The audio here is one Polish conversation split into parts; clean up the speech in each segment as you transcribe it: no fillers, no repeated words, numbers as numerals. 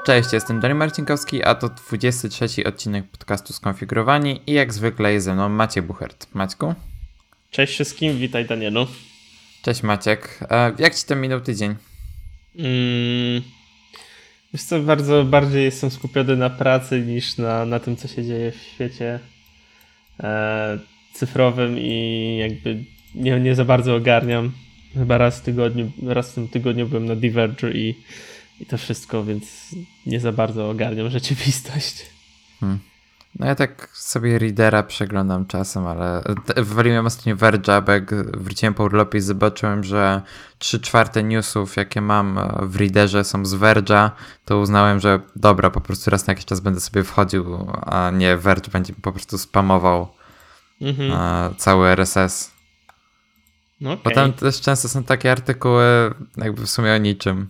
Cześć, jestem Daniel Marcinkowski, a to 23 odcinek podcastu Skonfigurowani i jak zwykle jest ze mną Maciek Buchert. Maćku? Cześć wszystkim, witaj Danielu. Cześć Maciek. Jak ci tam minął tydzień? Wiesz co, bardziej jestem skupiony na pracy niż na tym, co się dzieje w świecie cyfrowym i jakby nie za bardzo ogarniam. Chyba raz w tym tygodniu byłem na Diverge i to wszystko, więc nie za bardzo ogarniam rzeczywistość. No ja tak sobie Readera przeglądam czasem, ale wywaliłem ostatnio Verge'a, bo jak wróciłem po urlopie i zobaczyłem, że 3/4 newsów, jakie mam w Readerze są z Verge'a, to uznałem, że dobra, po prostu raz na jakiś czas będę sobie wchodził, a nie Verge będzie po prostu spamował cały RSS. Okay. Bo tam też często są takie artykuły jakby w sumie o niczym.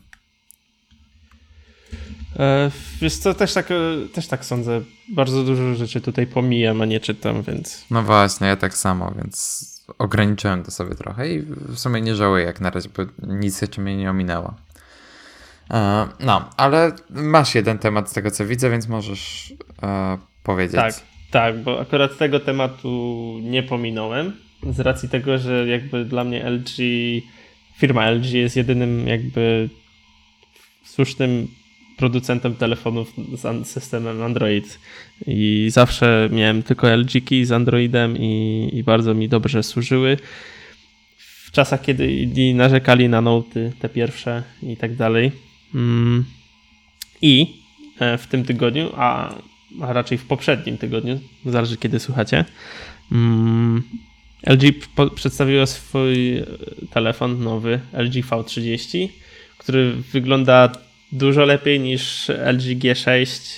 Wiesz co, też tak sądzę. Bardzo dużo rzeczy tutaj pomijam, a nie czytam, więc... No właśnie, ja tak samo, więc ograniczyłem to sobie trochę i w sumie nie żałuję jak na razie, bo nic jeszcze mnie nie ominęło. No, ale masz jeden temat z tego co widzę, więc możesz powiedzieć. Tak, bo akurat tego tematu nie pominąłem, z racji tego, że jakby dla mnie firma LG jest jedynym jakby słusznym producentem telefonów z systemem Android i zawsze miałem tylko LG-ki z Androidem i bardzo mi dobrze służyły. W czasach, kiedy inni narzekali na Note'y, te pierwsze i tak dalej. I w tym tygodniu, a raczej w poprzednim tygodniu, zależy kiedy słuchacie, LG przedstawiło swój telefon nowy, LG V30, który wygląda dużo lepiej niż LG G6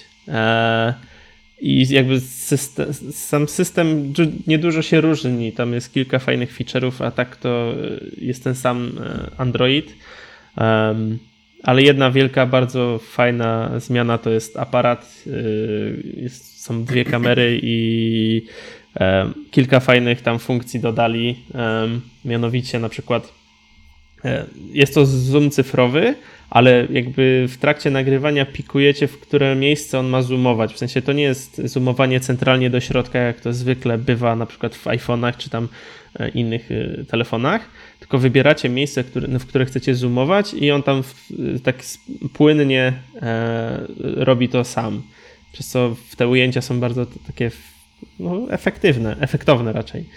i jakby sam system niedużo się różni, tam jest kilka fajnych feature'ów, a tak to jest ten sam Android, ale jedna wielka, bardzo fajna zmiana to jest aparat, są dwie kamery i kilka fajnych tam funkcji dodali, mianowicie na przykład jest to zoom cyfrowy, ale jakby w trakcie nagrywania pikujecie, w które miejsce on ma zoomować. W sensie to nie jest zoomowanie centralnie do środka, jak to zwykle bywa na przykład w iPhone'ach czy tam innych telefonach, tylko wybieracie miejsce, w które chcecie zoomować i on tam tak płynnie robi to sam. Przez co te ujęcia są bardzo takie efektowne raczej.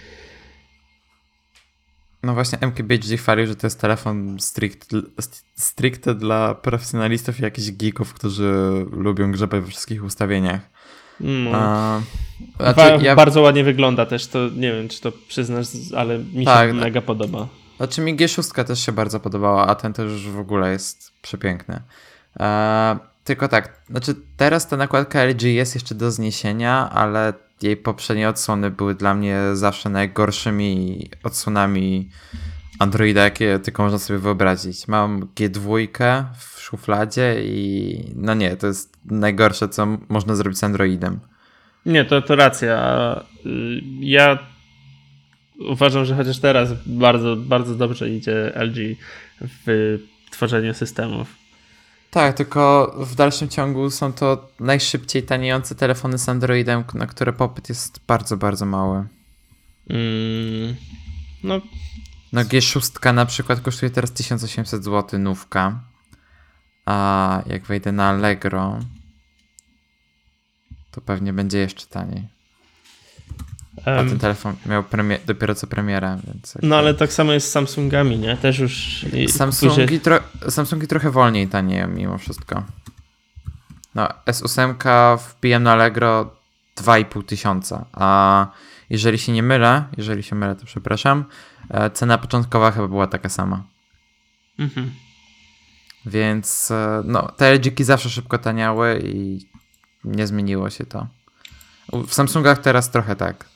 No właśnie MKBHD chwalił, że to jest telefon stricte dla profesjonalistów i jakichś geeków, którzy lubią grzebać we wszystkich ustawieniach. Bardzo ładnie wygląda też, to nie wiem, czy to przyznasz, ale mi się mega podoba. Znaczy mi G6 też się bardzo podobała, a ten też już w ogóle jest przepiękny. Tylko tak, znaczy teraz ta nakładka LG jest jeszcze do zniesienia, ale jej poprzednie odsłony były dla mnie zawsze najgorszymi odsłonami Androida, jakie tylko można sobie wyobrazić. Mam G2 w szufladzie i no nie, to jest najgorsze, co można zrobić z Androidem. Nie, to racja. Ja uważam, że chociaż teraz bardzo, bardzo dobrze idzie LG w tworzeniu systemów. Tak, tylko w dalszym ciągu są to najszybciej taniejące telefony z Androidem, na które popyt jest bardzo, bardzo mały. No G6 na przykład kosztuje teraz 1800 zł nówka, a jak wejdę na Allegro, to pewnie będzie jeszcze taniej. A ten telefon miał dopiero co premierę, więc... No ale tak samo jest z Samsungami, nie? Też już... Samsungi trochę wolniej tanieją mimo wszystko. No S8 wbijam na Allegro 2500, a jeżeli się mylę, to przepraszam, cena początkowa chyba była taka sama. Więc no, te LG-ki zawsze szybko taniały i nie zmieniło się to. W Samsungach teraz trochę tak.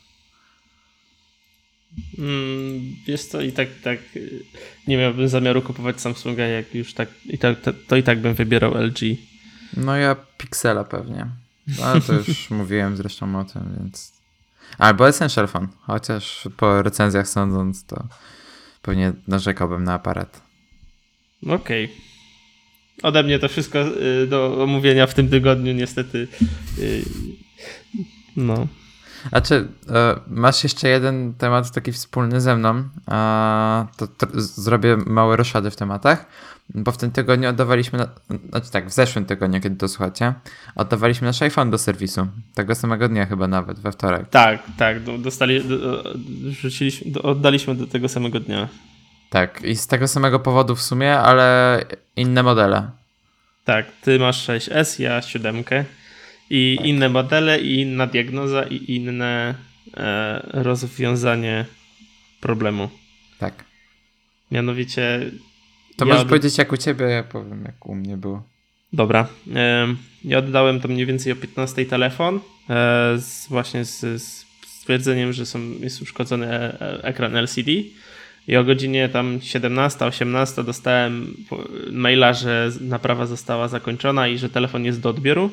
Jest to i tak nie miałbym zamiaru kupować Samsunga, jak już tak to i tak bym wybierał LG. No ja Pixela pewnie. Ale to już mówiłem zresztą o tym, więc... Albo Essential Phone, chociaż po recenzjach sądząc, to pewnie narzekałbym na aparat. Okej. ode mnie to wszystko do omówienia w tym tygodniu niestety. No. Masz jeszcze jeden temat taki wspólny ze mną, zrobię małe roszady w tematach, bo w tym tygodniu oddawaliśmy, w zeszłym tygodniu, kiedy to słuchacie, oddawaliśmy nasz iPhone do serwisu, tego samego dnia chyba nawet, we wtorek. Tak, oddaliśmy do tego samego dnia. Tak, i z tego samego powodu w sumie, ale inne modele. Tak, ty masz 6S, ja 7. I tak. Inne modele, i inna diagnoza, i inne rozwiązanie problemu. Tak. Mianowicie... To możesz powiedzieć jak u ciebie, ja powiem jak u mnie było. Dobra. Ja oddałem to mniej więcej o 15 telefon, właśnie z stwierdzeniem, że jest uszkodzony ekran LCD. I o godzinie tam 17, 18 dostałem maila, że naprawa została zakończona i że telefon jest do odbioru.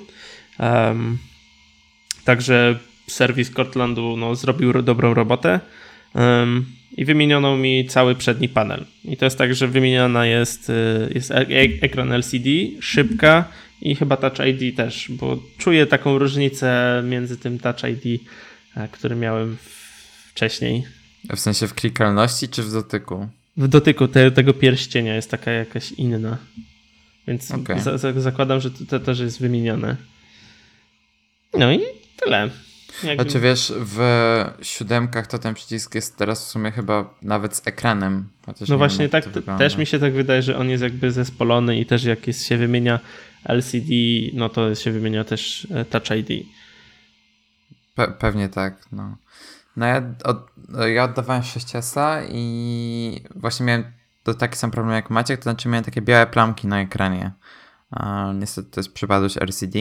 Także serwis Cortlandu zrobił dobrą robotę i wymieniono mi cały przedni panel. I to jest tak, że wymieniona jest ekran LCD, szybka i chyba Touch ID też, bo czuję taką różnicę między tym Touch ID, który miałem wcześniej. W sensie w klikalności czy w dotyku? W dotyku tego pierścienia jest taka jakaś inna. Więc zakładam, że to też jest wymienione. No i tyle. Znaczy wiesz, w 7 to ten przycisk jest teraz w sumie chyba nawet z ekranem. No właśnie tak, też mi się tak wydaje, że on jest jakby zespolony i też jak się wymienia LCD, no to się wymienia też Touch ID. Pewnie tak, no. No ja oddawałem 6S i właśnie miałem taki sam problem jak Maciek, to znaczy miałem takie białe plamki na ekranie. Niestety to jest przypadłość LCD.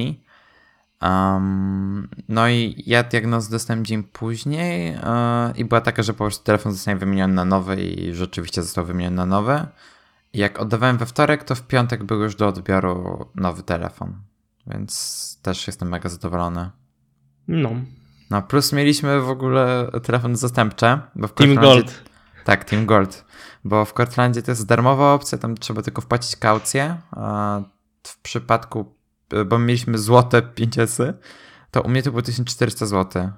No i ja diagnozę dostałem dzień później i była taka, że po prostu telefon zostanie wymieniony na nowy i rzeczywiście został wymieniony na nowy. I jak oddawałem we wtorek, to w piątek był już do odbioru nowy telefon. Więc też jestem mega zadowolony. No plus mieliśmy w ogóle telefony zastępcze. Bo w Team Gold. Tak, Team Gold. Bo w Cortlandzie to jest darmowa opcja, tam trzeba tylko wpłacić kaucję. W przypadku, bo mieliśmy złote 5S, to u mnie to było 1400 zł.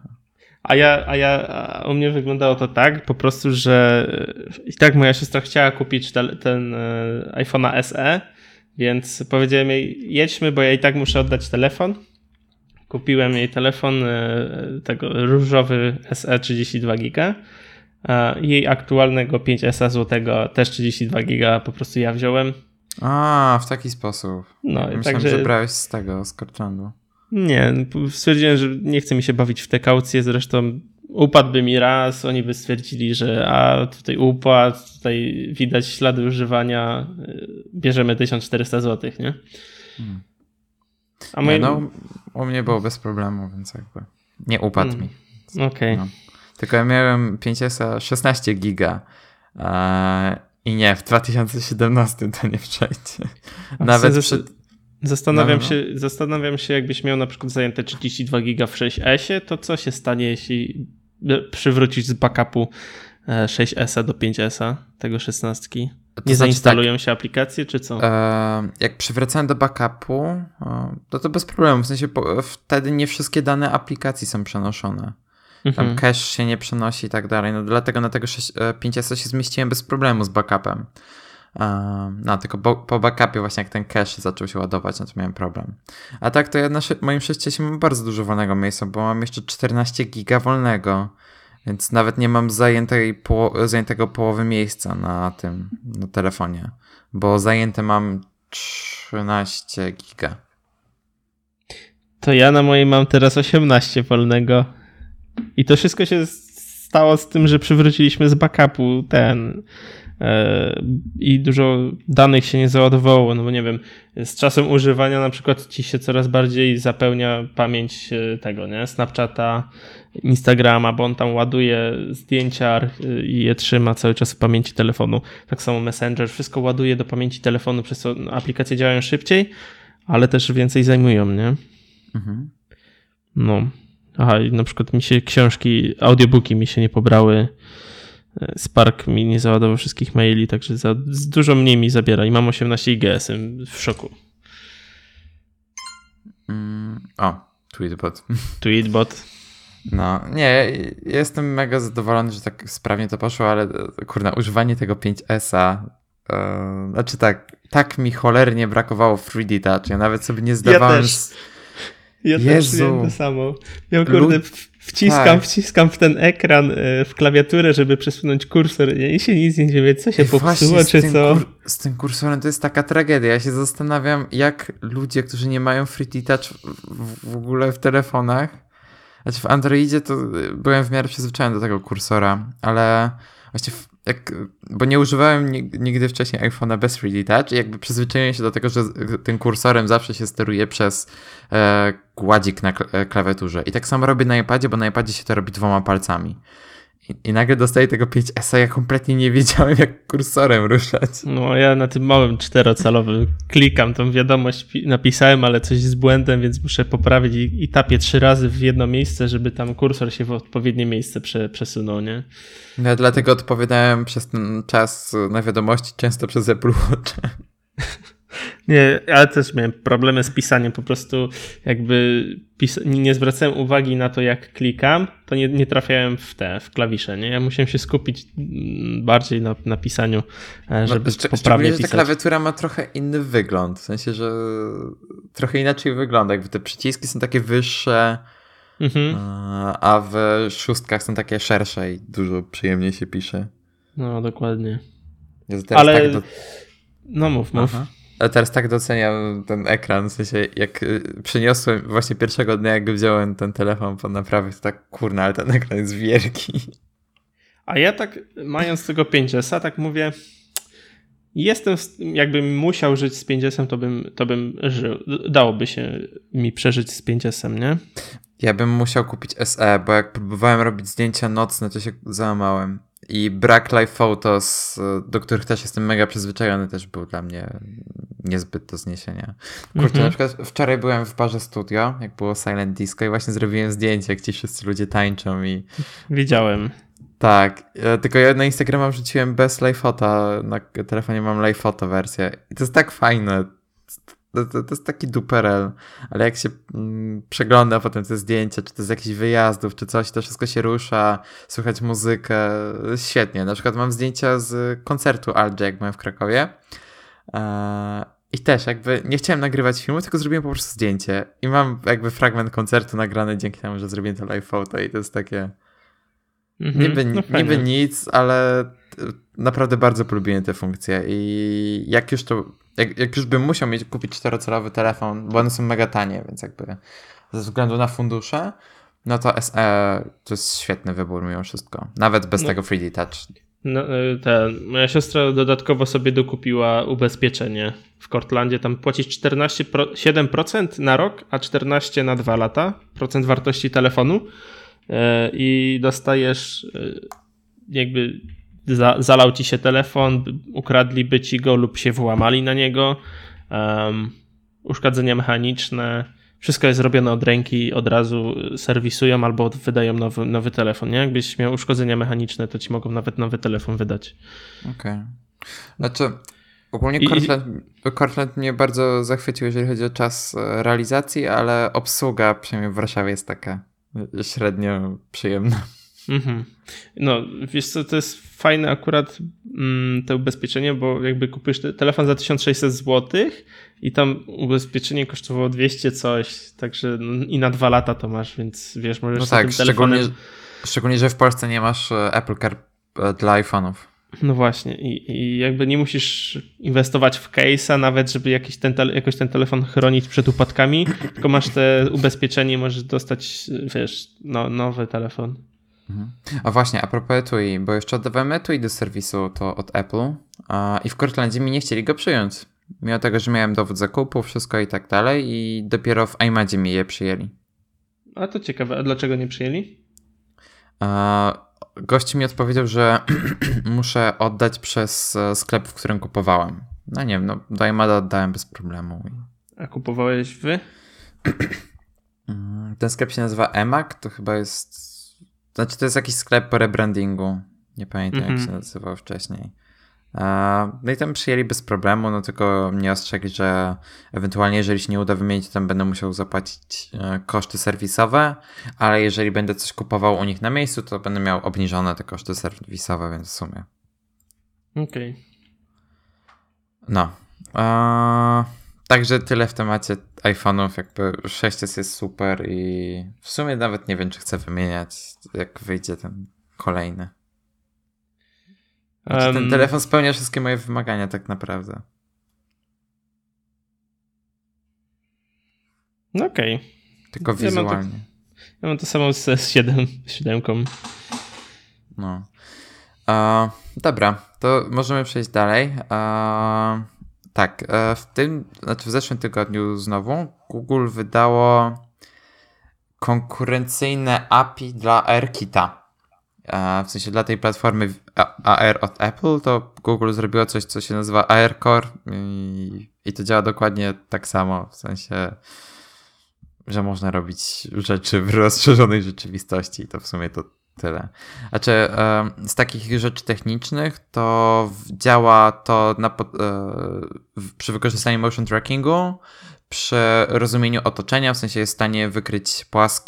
A u mnie wyglądało to tak, po prostu, że i tak moja siostra chciała kupić ten iPhone'a SE, więc powiedziałem jej, jedźmy, bo ja i tak muszę oddać telefon. Kupiłem jej telefon, tego różowy SE 32 GB. Jej aktualnego 5S złotego też 32 GB po prostu ja wziąłem. W taki sposób. No, myślałem, także... że brałeś z Cortlandu. Nie, stwierdziłem, że nie chce mi się bawić w te kaucje, zresztą upadłby mi raz, oni by stwierdzili, że tutaj upadł, tutaj widać ślady używania, bierzemy 1400 zł, nie? A u mnie było bez problemu, więc jakby nie upadł mi. Okej. No. Tylko ja miałem 5S 16 giga i nie, w 2017 to nie przejdzie. Nawet Zastanawiam się, jakbyś miał na przykład zajęte 32 giga w 6S, to co się stanie, jeśli przywrócić z backupu 6S do 5S, tego 16? Nie zainstalują się aplikacje, czy co? Jak przywracałem do backupu, to bez problemu. W sensie wtedy nie wszystkie dane aplikacji są przenoszone. Tam cache się nie przenosi i tak dalej. No dlatego na tego 5S się zmieściłem bez problemu z backupem. Tylko po backupie właśnie jak ten cache zaczął się ładować, no to miałem problem. A tak to ja na moim 6S mam bardzo dużo wolnego miejsca, bo mam jeszcze 14 giga wolnego. Więc nawet nie mam zajętego połowy miejsca na telefonie, bo zajęte mam 13 giga. To ja na mojej mam teraz 18 wolnego. I to wszystko się stało z tym, że przywróciliśmy z backupu i dużo danych się nie załadowało, no bo nie wiem, z czasem używania na przykład ci się coraz bardziej zapełnia pamięć tego, nie? Snapchata, Instagrama, bo on tam ładuje zdjęcia i je trzyma cały czas w pamięci telefonu. Tak samo Messenger, wszystko ładuje do pamięci telefonu, przez co aplikacje działają szybciej, ale też więcej zajmują, nie? No. Aha, i na przykład mi się książki, audiobooki mi się nie pobrały Spark mi nie załadował wszystkich maili, także dużo mniej mi zabiera i mam 18 GB, jestem w szoku. Tweetbot. Tweetbot. No, nie, jestem mega zadowolony, że tak sprawnie to poszło, ale kurna, używanie tego 5S-a, znaczy tak mi cholernie brakowało 3D Touch, ja nawet sobie nie zdawałem... Ja też miałem to samo. Ja kurde wciskam w ten ekran, w klawiaturę, żeby przesunąć kursor i się nic nie dzieje. Co się popsuło, czy co? Z tym kursorem to jest taka tragedia. Ja się zastanawiam, jak ludzie, którzy nie mają 3D Touch w ogóle w telefonach, znaczy w Androidzie to byłem w miarę przyzwyczajony do tego kursora, ale właśnie bo nie używałem nigdy wcześniej iPhone'a bez 3D Touch i jakby przyzwyczaiłem się do tego, że tym kursorem zawsze się steruje przez gładzik na klawiaturze. I tak samo robię na iPadzie, bo na iPadzie się to robi 2 palcami. I nagle dostaję tego 5S-a, ja kompletnie nie wiedziałem, jak kursorem ruszać. No ja na tym małym 4-calowym klikam, tą wiadomość napisałem, ale coś z błędem, więc muszę poprawić i tapię 3 razy w jedno miejsce, żeby tam kursor się w odpowiednie miejsce przesunął, nie? Ja dlatego odpowiadałem przez ten czas na wiadomości często przez Apple Watch. Nie, ale też miałem problemy z pisaniem, po prostu jakby nie zwracałem uwagi na to, jak klikam, to nie trafiałem w klawisze, nie? Ja musiałem się skupić bardziej na pisaniu, żeby poprawnie że pisać. ta klawiatura ma trochę inny wygląd, w sensie, że trochę inaczej wygląda, jakby te przyciski są takie wyższe, a w 6 są takie szersze i dużo przyjemniej się pisze. No, dokładnie. Ale... No mów. Aha. Ale teraz tak doceniam ten ekran, w sensie jak przyniosłem właśnie pierwszego dnia, jak wziąłem ten telefon pod naprawę, to tak kurna, ale ten ekran jest wielki. A ja tak mając tego 5S-a, tak mówię, jakbym musiał żyć z 5S-em, to bym żył. Dałoby się mi przeżyć z 5S-em, nie? Ja bym musiał kupić SE, bo jak próbowałem robić zdjęcia nocne, to się załamałem. I brak live photos, do których też jestem mega przyzwyczajony, też był dla mnie niezbyt do zniesienia. Kurczę, na przykład wczoraj byłem w barze studio, jak było Silent Disco i właśnie zrobiłem zdjęcie, jak ci wszyscy ludzie tańczą i... Widziałem. Tak, tylko ja na Instagrama wrzuciłem bez live photo, na telefonie mam live photo wersję i to jest tak fajne. To jest taki duperel, ale jak się przegląda potem te zdjęcia, czy to z jakichś wyjazdów, czy coś, to wszystko się rusza, słychać muzykę, świetnie. Na przykład mam zdjęcia z koncertu Alge, jak byłem w Krakowie i też jakby nie chciałem nagrywać filmu, tylko zrobiłem po prostu zdjęcie i mam jakby fragment koncertu nagrany dzięki temu, że zrobiłem to live photo i to jest takie niby nic, ale naprawdę bardzo polubiłem te funkcje i jak już bym musiał kupić 4-calowy telefon, bo one są mega tanie, więc jakby ze względu na fundusze, no to SE to jest świetny wybór mimo wszystko. Nawet bez tego 3D Touch. No, moja siostra dodatkowo sobie dokupiła ubezpieczenie w Cortlandzie. Tam płacisz 7% na rok, a 14% na 2 lata procent wartości telefonu i dostajesz jakby zalał ci się telefon, ukradliby ci go lub się włamali na niego, uszkodzenia mechaniczne, wszystko jest robione od ręki, od razu serwisują albo wydają nowy telefon, nie? Jakbyś miał uszkodzenia mechaniczne, to ci mogą nawet nowy telefon wydać. Okej. Znaczy ogólnie Cortland mnie bardzo zachwycił, jeżeli chodzi o czas realizacji, ale obsługa przynajmniej w Warszawie jest taka średnio przyjemna. No, wiesz co, to jest fajne akurat to ubezpieczenie, bo jakby kupisz telefon za 1600 zł i tam ubezpieczenie kosztowało 200 coś, także i na 2 lata to masz, więc wiesz, możesz tym telefonem... Szczególnie, że w Polsce nie masz Apple Car dla iPhone'ów. No właśnie i jakby nie musisz inwestować w case'a nawet, żeby jakoś ten telefon chronić przed upadkami, tylko masz te ubezpieczenie i możesz dostać, wiesz, nowy telefon. A właśnie, a propos etui, bo jeszcze oddawałem etui do serwisu to od Apple i w Cortlandzie mi nie chcieli go przyjąć. Mimo tego, że miałem dowód zakupu, wszystko i tak dalej i dopiero w iMadzie mi je przyjęli. A to ciekawe, a dlaczego nie przyjęli? Gość mi odpowiedział, że muszę oddać przez sklep, w którym kupowałem. No nie wiem, do iMada oddałem bez problemu. A kupowałeś wy? Ten sklep się nazywa eMac, to chyba jest... Znaczy to jest jakiś sklep po rebrandingu. Nie pamiętam jak się nazywał wcześniej. No i tam przyjęli bez problemu, no tylko mnie ostrzegli, że ewentualnie jeżeli się nie uda wymienić, to tam będę musiał zapłacić koszty serwisowe, ale jeżeli będę coś kupował u nich na miejscu, to będę miał obniżone te koszty serwisowe, więc w sumie. Okej. No. Także tyle w temacie iPhone'ów, jakby 6S jest super i w sumie nawet nie wiem, czy chcę wymieniać, jak wyjdzie ten kolejny. Znaczy, ten telefon spełnia wszystkie moje wymagania tak naprawdę. No okej. Tylko wizualnie. Ja mam to samo z S7. No. Dobra, to możemy przejść dalej. Tak, w zeszłym tygodniu znowu Google wydało konkurencyjne API dla AirKita. W sensie dla tej platformy AR od Apple, to Google zrobiło coś, co się nazywa AirCore i to działa dokładnie tak samo, w sensie, że można robić rzeczy w rozszerzonej rzeczywistości i to w sumie to tyle. Znaczy, z takich rzeczy technicznych to działa to przy wykorzystaniu motion trackingu, przy rozumieniu otoczenia, w sensie jest w stanie wykryć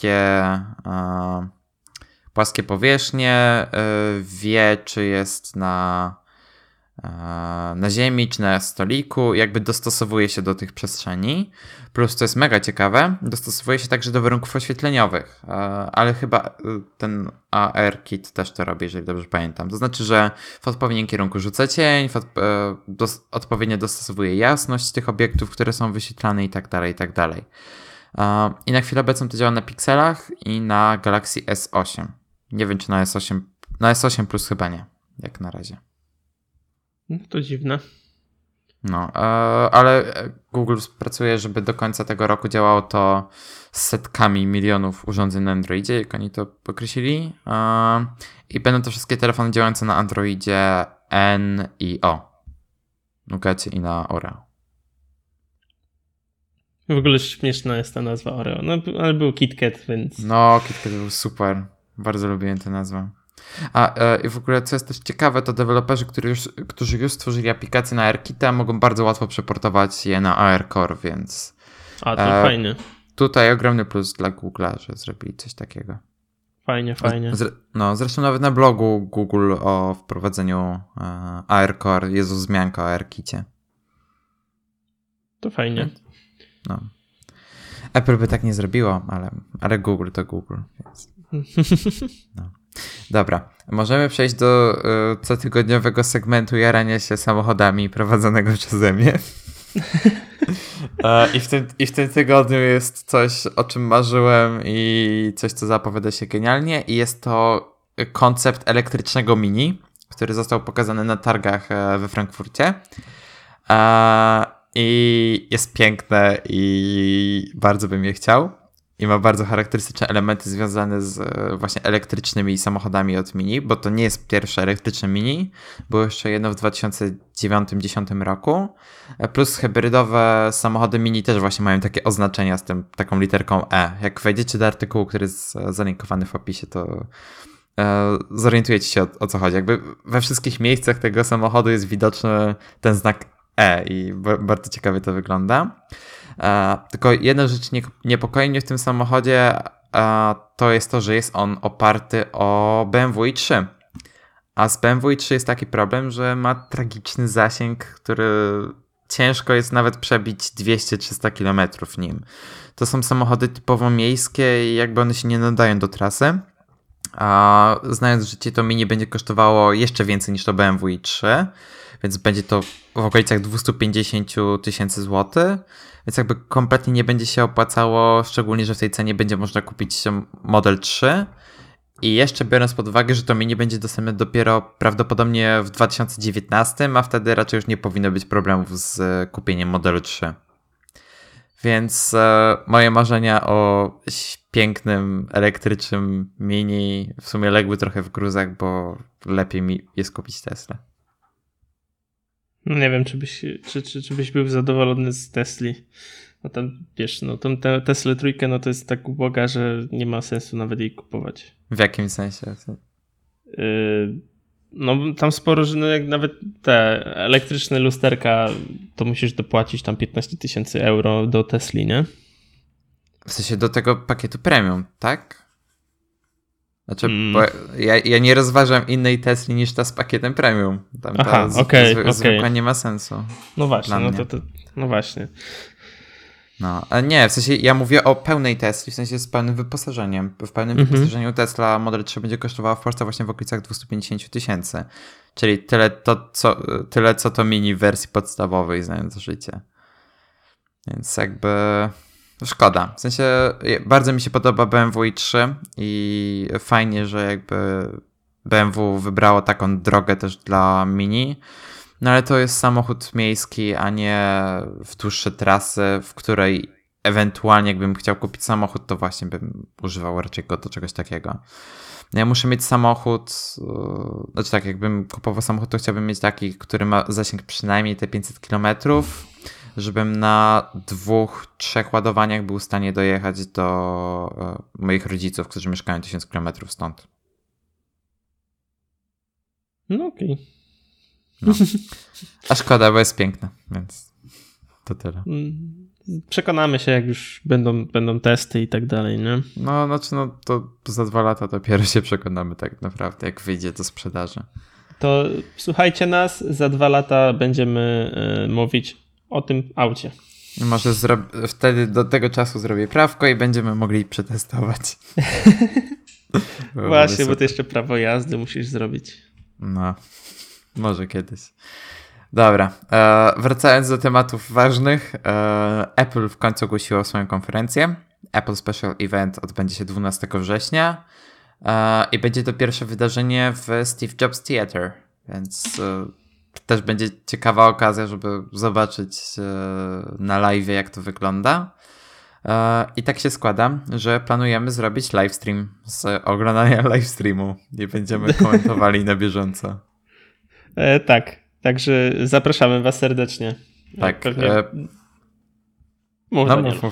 płaskie powierzchnie, wie czy jest na ziemi, czy na stoliku, jakby dostosowuje się do tych przestrzeni. Plus, co jest mega ciekawe, dostosowuje się także do warunków oświetleniowych, ale chyba ten ARKit też to robi, jeżeli dobrze pamiętam. To znaczy, że w odpowiednim kierunku rzuca cień, odpowiednio dostosowuje jasność tych obiektów, które są wyświetlane i tak dalej, i tak dalej. I na chwilę obecną to działa na Pixelach i na Galaxy S8. Nie wiem, czy na S8. Na S8 Plus chyba nie, jak na razie. To dziwne. No, ale Google pracuje, żeby do końca tego roku działało to z setkami milionów urządzeń na Androidzie, jak oni to określili. I będą to wszystkie telefony działające na Androidzie N i O. Nougacie i na Oreo. W ogóle śmieszna jest ta nazwa Oreo. No, ale był KitKat, więc... No, KitKat był super. Bardzo lubiłem tę nazwę. I w ogóle, co jest też ciekawe, to deweloperzy, którzy już stworzyli aplikacje na AirKita, mogą bardzo łatwo przeportować je na AirCore, więc... To fajnie. Tutaj ogromny plus dla Google'a, że zrobili coś takiego. Fajnie. Zresztą nawet na blogu Google o wprowadzeniu AirCore jest wzmianka o AirKicie. To fajnie. No. Apple by tak nie zrobiło, ale Google to Google, więc... No. Dobra, możemy przejść do cotygodniowego segmentu jarania się samochodami prowadzonego przeze mnie. I w tym tygodniu jest coś, o czym marzyłem i coś, co zapowiada się genialnie i jest to koncept elektrycznego Mini, który został pokazany na targach we Frankfurcie. I jest piękne i bardzo bym je chciał. I ma bardzo charakterystyczne elementy związane z właśnie elektrycznymi samochodami od Mini, bo to nie jest pierwsze elektryczne Mini. Było jeszcze jedno w 2009-2010 roku. Plus hybrydowe samochody Mini też właśnie mają takie oznaczenia z taką literką E. Jak wejdziecie do artykułu, który jest zalinkowany w opisie, to zorientujecie się o co chodzi. Jakby we wszystkich miejscach tego samochodu jest widoczny ten znak E i bardzo ciekawie to wygląda. Tylko jedna rzecz niepokoi mnie w tym samochodzie, to jest to, że jest on oparty o BMW i3. A z BMW i3 jest taki problem, że ma tragiczny zasięg, który ciężko jest nawet przebić 200-300 km nim. To są samochody typowo miejskie i jakby one się nie nadają do trasy. A znając życie, to Mini będzie kosztowało jeszcze więcej niż to BMW i3, więc będzie to w okolicach 250 000 złotych. Więc jakby kompletnie nie będzie się opłacało, szczególnie, że w tej cenie będzie można kupić Model 3 i jeszcze biorąc pod uwagę, że to Mini będzie dostępne dopiero prawdopodobnie w 2019, a wtedy raczej już nie powinno być problemów z kupieniem Modelu 3. Więc moje marzenia o pięknym, elektrycznym Mini w sumie legły trochę w gruzach, bo lepiej mi jest kupić Teslę. No nie wiem, czy byś był zadowolony z Tesli. No tam, wiesz, no tą Teslę trójkę, no to jest tak uboga, że nie ma sensu nawet jej kupować. W jakim sensie? No tam sporo, że jak nawet te elektryczne lusterka to musisz dopłacić tam 15 000 euro do Tesli, nie? W sensie do tego pakietu premium, tak? Znaczy, bo ja nie rozważam innej Tesli niż ta z pakietem premium. Tam ta zwykła nie ma sensu. No właśnie, no właśnie. No, nie, w sensie ja mówię o pełnej Tesli, w sensie z pełnym wyposażeniem. W pełnym wyposażeniu Tesla Model 3 będzie kosztowała w Polsce właśnie w okolicach 250 000. Czyli tyle co to mini w wersji podstawowej, znając życie. Więc jakby szkoda. W sensie bardzo mi się podoba BMW i3 i fajnie, że jakby BMW wybrało taką drogę też dla mini. No ale to jest samochód miejski, a nie w dłuższe trasy, w której ewentualnie jakbym chciał kupić samochód, to właśnie bym używał raczej go do czegoś takiego. Ja muszę mieć samochód, znaczy tak, jakbym kupował samochód, to chciałbym mieć taki, który ma zasięg przynajmniej te 500 km, żebym na 2-3 ładowaniach był w stanie dojechać do moich rodziców, którzy mieszkają 1000 km stąd. No okej. No. A szkoda, bo jest piękna, więc to tyle. Przekonamy się, jak już będą testy i tak dalej, nie? No, znaczy, no to za 2 lata dopiero się przekonamy tak naprawdę, jak wyjdzie do sprzedaży. To słuchajcie nas, za 2 lata będziemy mówić o tym aucie. Może wtedy do tego czasu zrobię prawko i będziemy mogli przetestować. Właśnie, bo to jeszcze prawo jazdy musisz zrobić. No, może kiedyś. Dobra, wracając do tematów ważnych, Apple w końcu ogłosiło swoją konferencję. Apple Special Event odbędzie się 12 września i będzie to pierwsze wydarzenie w Steve Jobs Theater, więc też będzie ciekawa okazja, żeby zobaczyć na live, jak to wygląda. I tak się składa, że planujemy zrobić livestream z oglądania livestreamu i będziemy komentowali na bieżąco. Tak. Także zapraszamy was serdecznie. Tak. Pewnie... Mów.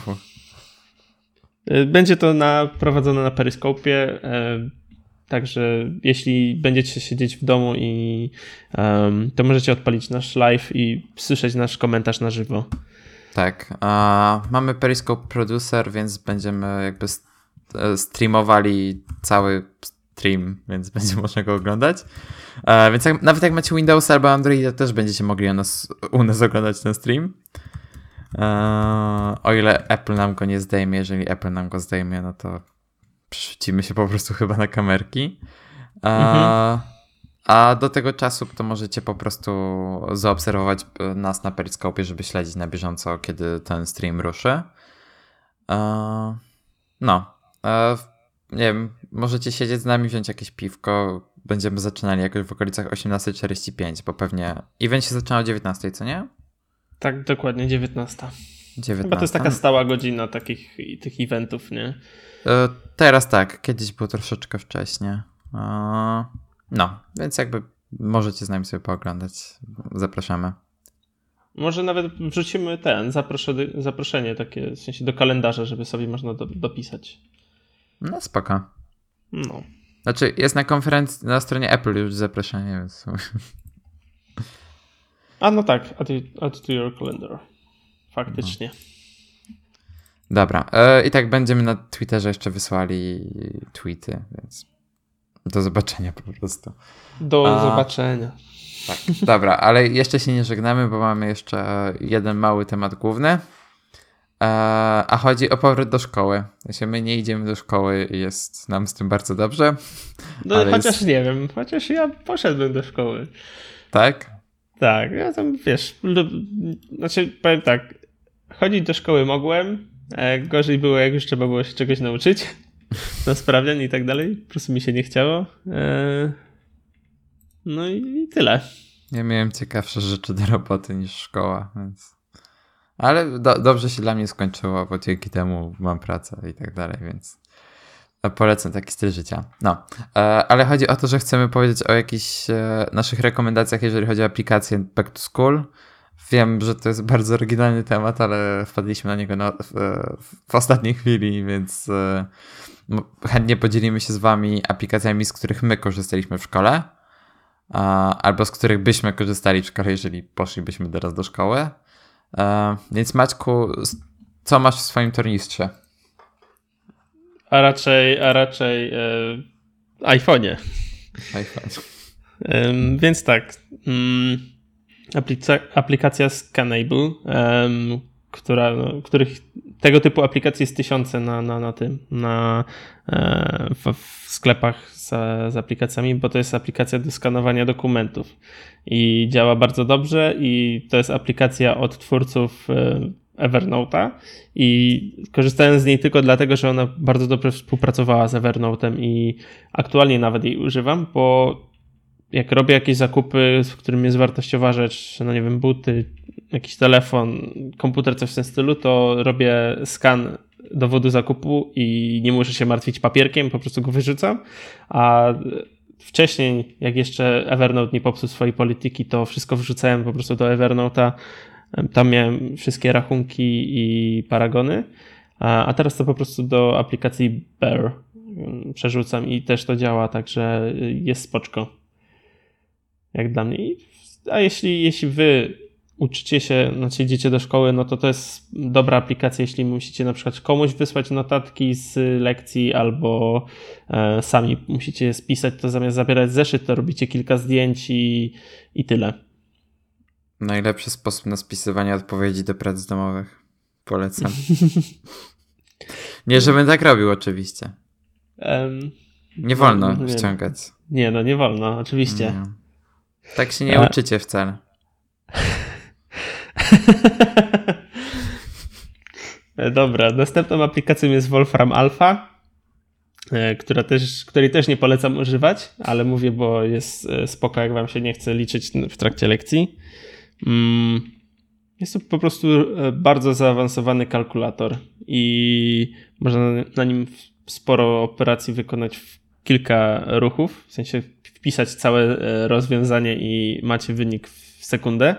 Będzie to prowadzone na Periscope'ie, także jeśli będziecie siedzieć w domu to możecie odpalić nasz live i słyszeć nasz komentarz na żywo. Tak. Mamy Periscope Producer, więc będziemy jakby streamowali cały stream, więc będzie można go oglądać. Więc nawet jak macie Windows albo Android, to też będziecie mogli u nas oglądać ten stream. O ile Apple nam go nie zdejmie. Jeżeli Apple nam go zdejmie, no to przerzucimy się po prostu chyba na kamerki. A do tego czasu to możecie po prostu zaobserwować nas na Periscope, żeby śledzić na bieżąco, kiedy ten stream ruszy. Nie wiem, możecie siedzieć z nami, wziąć jakieś piwko. Będziemy zaczynali jakoś w okolicach 18:45, bo pewnie event się zaczyna o 19:00, co nie? Tak, dokładnie, 19:00. Chyba to jest 19:00. taka stała godzina tych eventów, nie? Teraz tak, kiedyś było troszeczkę wcześniej. No, więc jakby możecie z nami sobie pooglądać. Zapraszamy. Może nawet wrzucimy zaproszenie takie, w sensie do kalendarza, żeby sobie można dopisać. No spoko. No. Znaczy jest na konferencji, na stronie Apple już zaproszenie, więc... No tak, add to your calendar. Faktycznie. No. Dobra, i tak będziemy na Twitterze jeszcze wysłali tweety, więc do zobaczenia po prostu. Do zobaczenia. Tak, dobra, ale jeszcze się nie żegnamy, bo mamy jeszcze jeden mały temat główny. A chodzi o powrót do szkoły. My nie idziemy do szkoły i jest nam z tym bardzo dobrze. No chociaż nie wiem, chociaż ja poszedłem do szkoły. Tak? Tak, ja tam znaczy powiem tak, chodzić do szkoły mogłem, gorzej było jak już trzeba było się czegoś nauczyć na sprawdzian i tak dalej, po prostu mi się nie chciało. No i tyle. Ja miałem ciekawsze rzeczy do roboty niż szkoła, więc... Ale dobrze się dla mnie skończyło, bo dzięki temu mam pracę i tak dalej, więc polecam taki styl życia. No, ale chodzi o to, że chcemy powiedzieć o jakichś naszych rekomendacjach, jeżeli chodzi o aplikację Back to School. Wiem, że to jest bardzo oryginalny temat, ale wpadliśmy na niego w ostatniej chwili, więc chętnie podzielimy się z wami aplikacjami, z których my korzystaliśmy w szkole. albo z których byśmy korzystali w szkole, jeżeli poszlibyśmy teraz do szkoły. Więc Maćku, co masz w swoim tornistrze? A raczej iPhone'ie. iPhone. Więc tak. Aplikacja Scanable, których tego typu aplikacji jest tysiące w sklepach z aplikacjami, bo to jest aplikacja do skanowania dokumentów i działa bardzo dobrze i to jest aplikacja od twórców Evernote'a i korzystałem z niej tylko dlatego, że ona bardzo dobrze współpracowała z Evernote'em i aktualnie nawet jej używam, bo jak robię jakieś zakupy, w którym jest wartościowa rzecz, no nie wiem, buty, jakiś telefon, komputer, coś w tym stylu, to robię skan dowodu zakupu i nie muszę się martwić papierkiem, po prostu go wyrzucam, a wcześniej, jak jeszcze Evernote nie popsuł swojej polityki, to wszystko wrzucałem po prostu do Evernote'a, tam miałem wszystkie rachunki i paragony, a teraz to po prostu do aplikacji Bear przerzucam i też to działa, także jest spoczko. Jak dla mnie. A jeśli wy uczycie się, znaczy idziecie do szkoły, no to jest dobra aplikacja, jeśli musicie na przykład komuś wysłać notatki z lekcji albo sami musicie je spisać, to zamiast zabierać zeszyt, to robicie kilka zdjęć i tyle. Najlepszy sposób na spisywanie odpowiedzi do prac domowych. Polecam. Nie, żebym tak robił oczywiście. Nie wolno ściągać. Nie wolno, oczywiście. Nie. Tak się nie uczycie wcale. Dobra, następną aplikacją jest Wolfram Alpha, której też nie polecam używać, ale mówię, bo jest spoko, jak wam się nie chce liczyć w trakcie lekcji. Jest to po prostu bardzo zaawansowany kalkulator i można na nim sporo operacji wykonać w kilka ruchów, w sensie wpisać całe rozwiązanie i macie wynik w sekundę.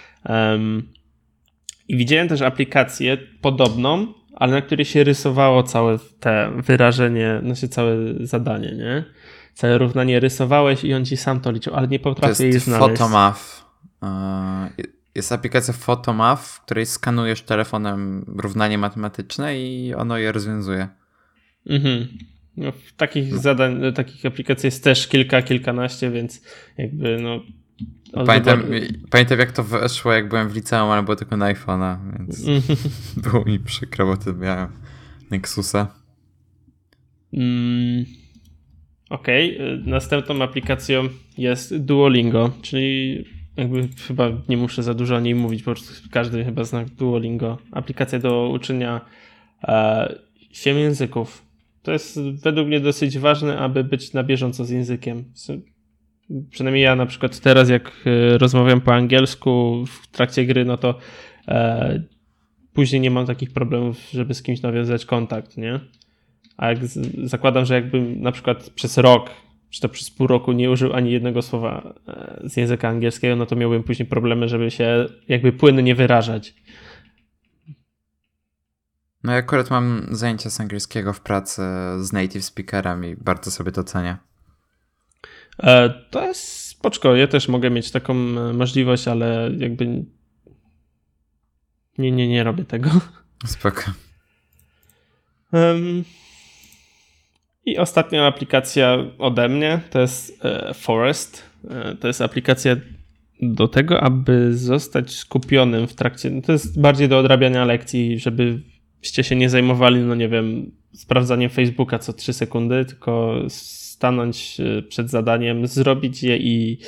I widziałem też aplikację podobną, ale na której się rysowało całe te wyrażenie, znaczy całe zadanie, nie? Całe równanie rysowałeś i on ci sam to liczył, ale nie potrafię jej znaleźć. Photomath. Jest aplikacja Photomath, w której skanujesz telefonem równanie matematyczne i ono je rozwiązuje. No, takich takich aplikacji jest też kilkanaście, więc jakby no... Pamiętam jak to weszło, jak byłem w liceum, ale było tylko na iPhone'a, więc było mi przykro, bo to miałem Nexusa. Okej. Następną aplikacją jest Duolingo, czyli jakby chyba nie muszę za dużo o niej mówić, po prostu każdy chyba zna Duolingo. Aplikacja do uczenia się języków. To jest według mnie dosyć ważne, aby być na bieżąco z językiem. Przynajmniej ja na przykład teraz, jak rozmawiam po angielsku w trakcie gry, no to później nie mam takich problemów, żeby z kimś nawiązać kontakt, nie? A jak zakładam, że jakbym na przykład przez rok, czy to przez pół roku nie użył ani jednego słowa z języka angielskiego, no to miałbym później problemy, żeby się jakby płynnie wyrażać. No ja akurat mam zajęcia z angielskiego w pracy z native speakerem i bardzo sobie to cenię. To jest spoczko. Ja też mogę mieć taką możliwość, ale jakby nie robię tego. Spoko. I ostatnia aplikacja ode mnie to jest Forest. To jest aplikacja do tego, aby zostać skupionym w trakcie... No to jest bardziej do odrabiania lekcji, żebyście się nie zajmowali, no nie wiem, sprawdzaniem Facebooka co 3 sekundy, tylko stanąć przed zadaniem, zrobić je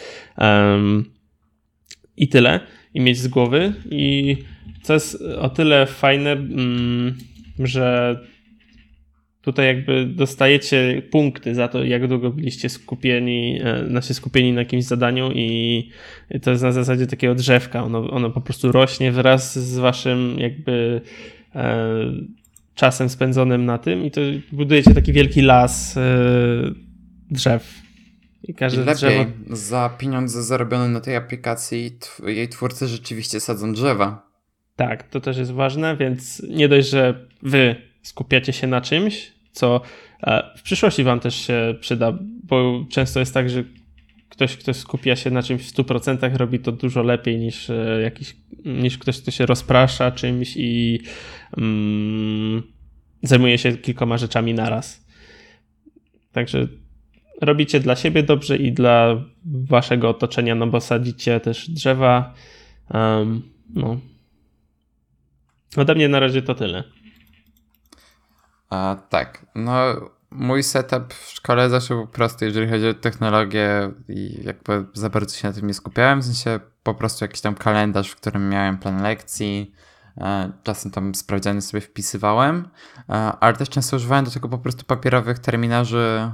i tyle. I mieć z głowy. I co jest o tyle fajne, że tutaj jakby dostajecie punkty za to, jak długo byliście skupieni na jakimś zadaniu i to jest na zasadzie takiego drzewka. Ono po prostu rośnie wraz z waszym jakby czasem spędzonym na tym i to budujecie taki wielki las drzew. I każde drzewo... za pieniądze zarobione na tej aplikacji jej twórcy rzeczywiście sadzą drzewa. Tak, to też jest ważne, więc nie dość, że wy skupiacie się na czymś, co w przyszłości wam też się przyda, bo często jest tak, że ktoś, kto skupia się na czymś w 100%, robi to dużo lepiej niż ktoś, kto się rozprasza czymś i zajmuje się kilkoma rzeczami naraz. Także robicie dla siebie dobrze i dla waszego otoczenia, no bo sadzicie też drzewa. No. Ode mnie na razie to tyle. Tak, no mój setup w szkole zawsze był prosty, jeżeli chodzi o technologię i jakby za bardzo się na tym nie skupiałem, w sensie po prostu jakiś tam kalendarz, w którym miałem plan lekcji, czasem tam sprawdziany sobie wpisywałem, ale też często używałem do tego po prostu papierowych terminarzy.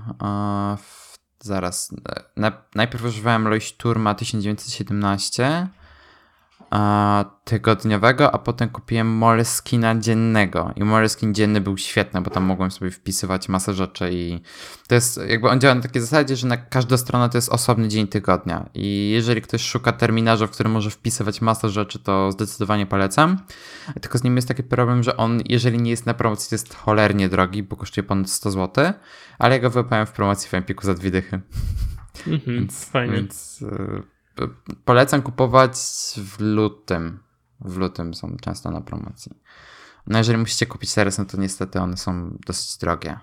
Najpierw używałem Leuchtturma 1917 tygodniowego, a potem kupiłem Moleskina dziennego i Moleskin dzienny był świetny, bo tam mogłem sobie wpisywać masę rzeczy i to jest jakby on działa na takiej zasadzie, że na każda strona to jest osobny dzień tygodnia i jeżeli ktoś szuka terminarza, w którym może wpisywać masę rzeczy, to zdecydowanie polecam, tylko z nim jest taki problem, że on jeżeli nie jest na promocji, to jest cholernie drogi, bo kosztuje ponad 100 zł, ale ja go wyłapałem w promocji w Empiku za 2 dychy. Fajnie. Więc polecam kupować w lutym. W lutym są często na promocji. No jeżeli musicie kupić teraz, no to niestety one są dosyć drogie.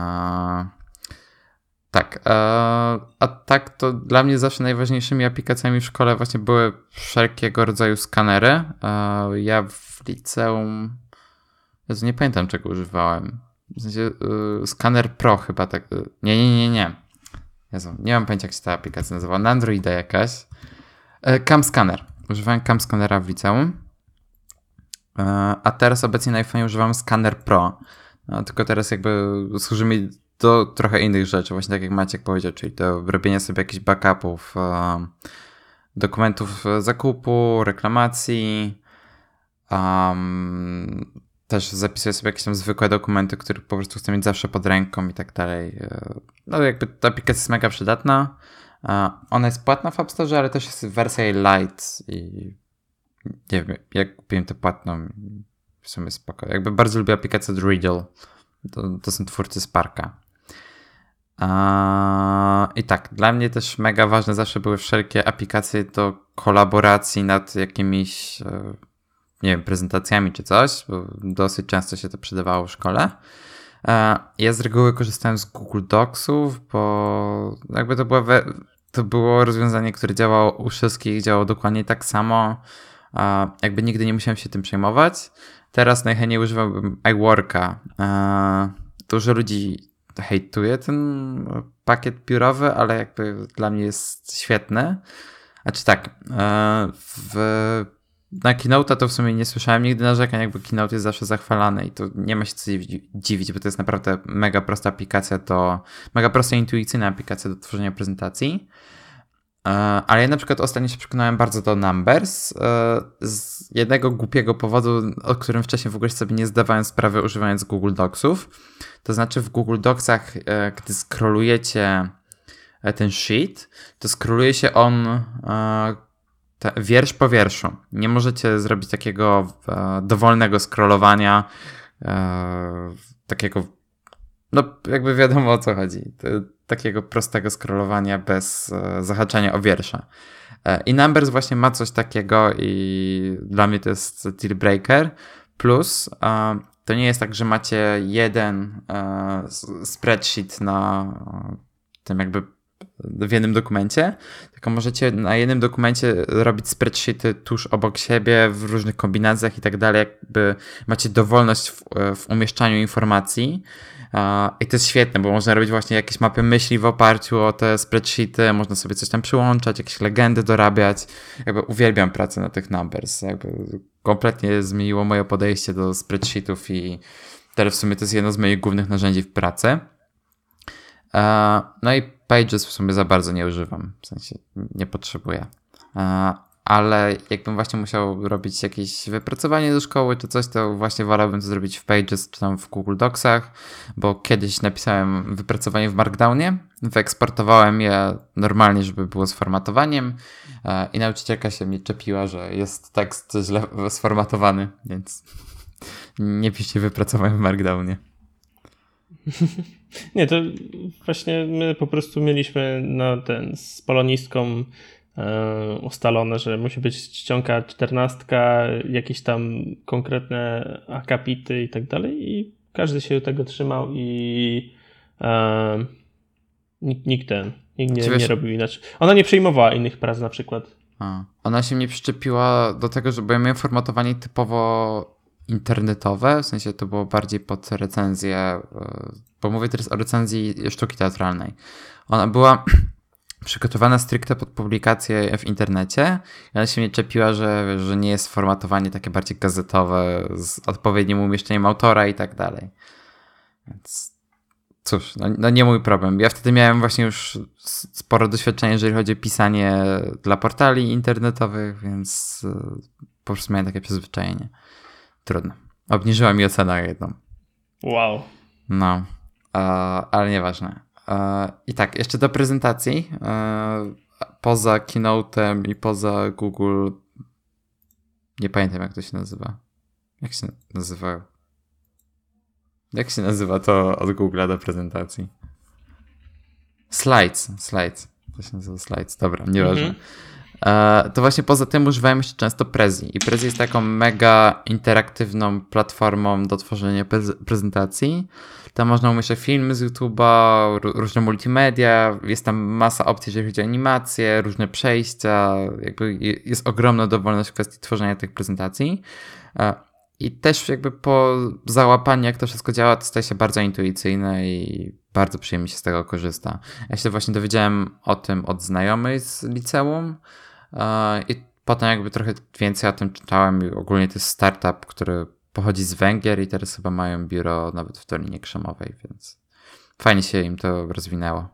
Tak. A tak to dla mnie zawsze najważniejszymi aplikacjami w szkole właśnie były wszelkiego rodzaju skanery. Ja w liceum... Nie pamiętam czego używałem. W sensie skaner Pro chyba tak... Nie. Jezu, nie mam pojęcia jak się ta aplikacja nazywa. Na Androida jakaś. Cam Scanner. Używałem Cam Scannera w liceum. A teraz obecnie na iPhone używam Scanner Pro. Tylko teraz jakby służy mi do trochę innych rzeczy. Właśnie tak jak Maciek powiedział, czyli do robienia sobie jakichś backupów, dokumentów zakupu, reklamacji. Też zapisuję sobie jakieś tam zwykłe dokumenty, które po prostu chcę mieć zawsze pod ręką i tak dalej. No jakby ta aplikacja jest mega przydatna. Ona jest płatna w App Store, ale też jest wersja Lite i nie wiem, jak kupiłem tę płatną, w sumie spoko. Jakby bardzo lubię aplikację Driddle. To są twórcy Sparka. I tak, dla mnie też mega ważne zawsze były wszelkie aplikacje do kolaboracji nad jakimiś nie wiem, prezentacjami czy coś, bo dosyć często się to przydawało w szkole. Ja z reguły korzystałem z Google Docsów, bo jakby to było rozwiązanie, które działało u wszystkich, działało dokładnie tak samo. Jakby nigdy nie musiałem się tym przejmować. Teraz najchętniej używałbym iWorka. Dużo ludzi hejtuje ten pakiet biurowy, ale jakby dla mnie jest świetny. Znaczy tak, na Keynote'a to w sumie nie słyszałem nigdy narzekań, jakby Keynote jest zawsze zachwalany i to nie ma się co dziwić, bo to jest naprawdę mega prosta aplikacja mega prosta i intuicyjna aplikacja do tworzenia prezentacji. Ale ja na przykład ostatnio się przekonałem bardzo do Numbers z jednego głupiego powodu, o którym wcześniej w ogóle sobie nie zdawałem sprawy używając Google Docsów. To znaczy w Google Docsach, gdy scrollujecie ten sheet, to scrolluje się on wiersz po wierszu. Nie możecie zrobić takiego dowolnego scrollowania, takiego, no jakby wiadomo o co chodzi, takiego prostego scrollowania bez zahaczania o wiersze. I Numbers właśnie ma coś takiego i dla mnie to jest deal breaker. Plus to nie jest tak, że macie jeden spreadsheet na tym jakby w jednym dokumencie, tylko możecie na jednym dokumencie robić spreadsheety tuż obok siebie w różnych kombinacjach i tak dalej, jakby macie dowolność w umieszczaniu informacji i to jest świetne, bo można robić właśnie jakieś mapy myśli w oparciu o te spreadsheety, można sobie coś tam przyłączać, jakieś legendy dorabiać, jakby uwielbiam pracę na tych Numbers, jakby kompletnie zmieniło moje podejście do spreadsheetów i teraz w sumie to jest jedno z moich głównych narzędzi w pracy. No i Pages w sumie za bardzo nie używam, w sensie nie potrzebuję. Ale jakbym właśnie musiał robić jakieś wypracowanie do szkoły czy coś, to właśnie wolałbym to zrobić w Pages czy tam w Google Docsach, bo kiedyś napisałem wypracowanie w Markdownie, wyeksportowałem je normalnie, żeby było z formatowaniem i nauczycielka się mnie czepiła, że jest tekst źle sformatowany, więc nie piszcie wypracowań w Markdownie. Nie, to właśnie my po prostu mieliśmy z polonistką ustalone, że musi być czcionka 14, jakieś tam konkretne akapity i tak dalej i każdy się tego trzymał i nikt nie robił inaczej. Ona nie przyjmowała innych prac na przykład. Ona się mnie przyczepiła do tego, bo ja miałem formatowanie typowo internetowe, w sensie to było bardziej pod recenzję, bo mówię teraz o recenzji sztuki teatralnej. Ona była przygotowana stricte pod publikację w internecie i ona się mnie czepiła, że nie jest formatowanie takie bardziej gazetowe z odpowiednim umieszczeniem autora i tak dalej. Więc cóż, no nie mój problem. Ja wtedy miałem właśnie już sporo doświadczenia, jeżeli chodzi o pisanie dla portali internetowych, więc po prostu miałem takie przyzwyczajenie. Trudno. Obniżyła mi ocenę jedną. Wow. No, ale nieważne. I tak, jeszcze do prezentacji. Poza Keynote'em i poza Google, nie pamiętam jak to się nazywa. Jak się nazywa? Jak się nazywa to od Google'a do prezentacji? Slides. To się nazywa Slides. Dobra, nieważne. To właśnie poza tym używałem jeszcze często Prezi. I Prezi jest taką mega interaktywną platformą do tworzenia prezentacji. Tam można umieszczać filmy z YouTube'a, różne multimedia, jest tam masa opcji, jeżeli chodzi o animacje, różne przejścia, jakby jest ogromna dowolność w kwestii tworzenia tych prezentacji. I też jakby po załapaniu, jak to wszystko działa, to staje się bardzo intuicyjne i bardzo przyjemnie się z tego korzysta. Ja się właśnie dowiedziałem o tym od znajomej z liceum i potem jakby trochę więcej o tym czytałem i ogólnie to jest startup, który pochodzi z Węgier i teraz chyba mają biuro nawet w Dolinie Krzemowej, więc fajnie się im to rozwinęło.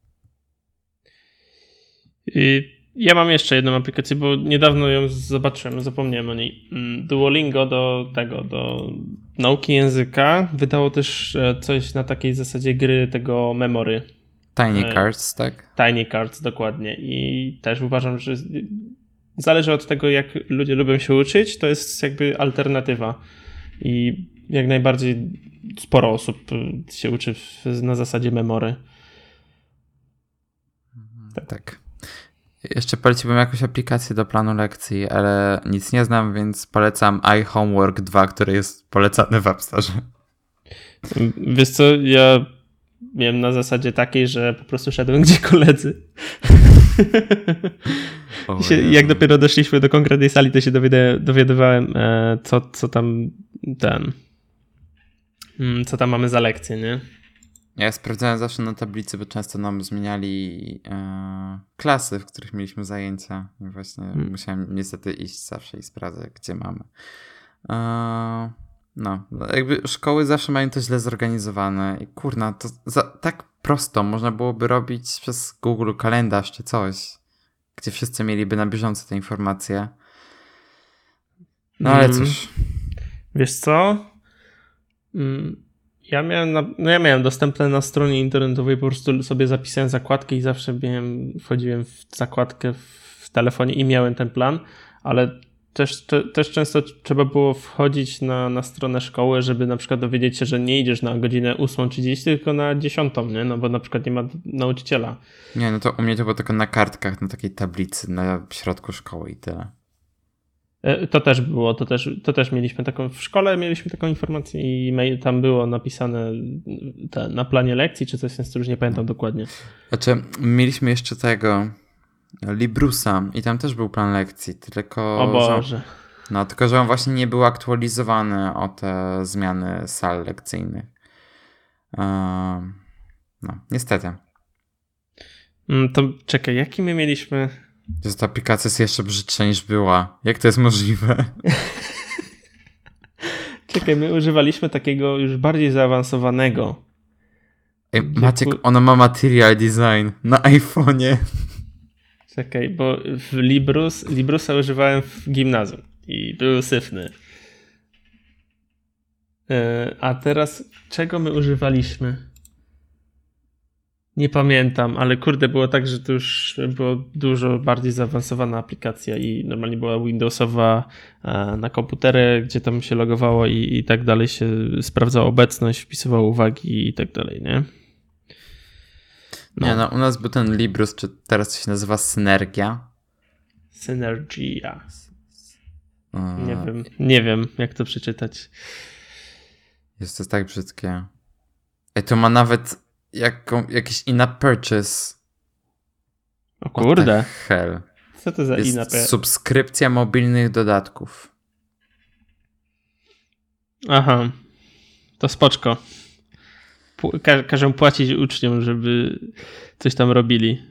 Ja mam jeszcze jedną aplikację, bo niedawno ją zobaczyłem, zapomniałem o niej. Duolingo do nauki języka wydało też coś na takiej zasadzie gry tego memory. Tiny Cards, tak? Tiny Cards, dokładnie. I też uważam, że zależy od tego, jak ludzie lubią się uczyć, to jest jakby alternatywa. I jak najbardziej sporo osób się uczy na zasadzie memory. Tak. Jeszcze poleciłbym jakąś aplikację do planu lekcji, ale nic nie znam, więc polecam iHomework 2, który jest polecany w App Store. Wiesz co, ja miałem na zasadzie takiej, że po prostu szedłem gdzie koledzy. Jak dopiero doszliśmy do konkretnej sali, to się dowiadywałem, co tam mamy za lekcję, nie? Ja sprawdzałem zawsze na tablicy, bo często nam zmieniali klasy, w których mieliśmy zajęcia. I właśnie musiałem niestety iść zawsze i sprawdzać, gdzie mamy. No, jakby szkoły zawsze mają to źle zorganizowane i kurna, to tak prosto można byłoby robić przez Google kalendarz czy coś, gdzie wszyscy mieliby na bieżąco te informacje. No ale cóż. Wiesz co? Ja miałem dostępne na stronie internetowej, po prostu sobie zapisałem zakładkę i zawsze wchodziłem w zakładkę w telefonie i miałem ten plan, ale też często trzeba było wchodzić na stronę szkoły, żeby na przykład dowiedzieć się, że nie idziesz na godzinę 8:30, tylko na 10, nie? No bo na przykład nie ma nauczyciela. Nie, no to u mnie to było tylko na kartkach, na takiej tablicy na środku szkoły i tyle. To też było, to też mieliśmy taką, w szkole mieliśmy taką informację i tam było napisane na planie lekcji, czy coś, więc to już nie pamiętam dokładnie. Znaczy, mieliśmy jeszcze tego Librusa i tam też był plan lekcji, tylko... O Boże. Tylko że on właśnie nie był aktualizowany o te zmiany sal lekcyjnych. No, niestety. To czekaj, jaki my mieliśmy... Ta aplikacja jest jeszcze brzydsza niż była. Jak to jest możliwe? Czekaj, my używaliśmy takiego już bardziej zaawansowanego. Maciek, ona ma material design na iPhone'ie. Czekaj, bo w Librusa używałem w gimnazjum i był syfny. A teraz czego my używaliśmy? Nie pamiętam, ale kurde, było tak, że to już było dużo bardziej zaawansowana aplikacja i normalnie była Windowsowa na komputery, gdzie tam się logowało i tak dalej, się sprawdzała obecność, wpisywało uwagi i tak dalej, nie? Nie, no u nas był ten Librus, czy teraz to się nazywa Synergia. Synergia. Nie wiem, jak to przeczytać. Jest to tak brzydkie. To ma nawet jakiś in-app purchase. O kurde. What the hell. Co to za in-app? Subskrypcja mobilnych dodatków. Aha. To spoczko. Każę płacić uczniom, żeby coś tam robili.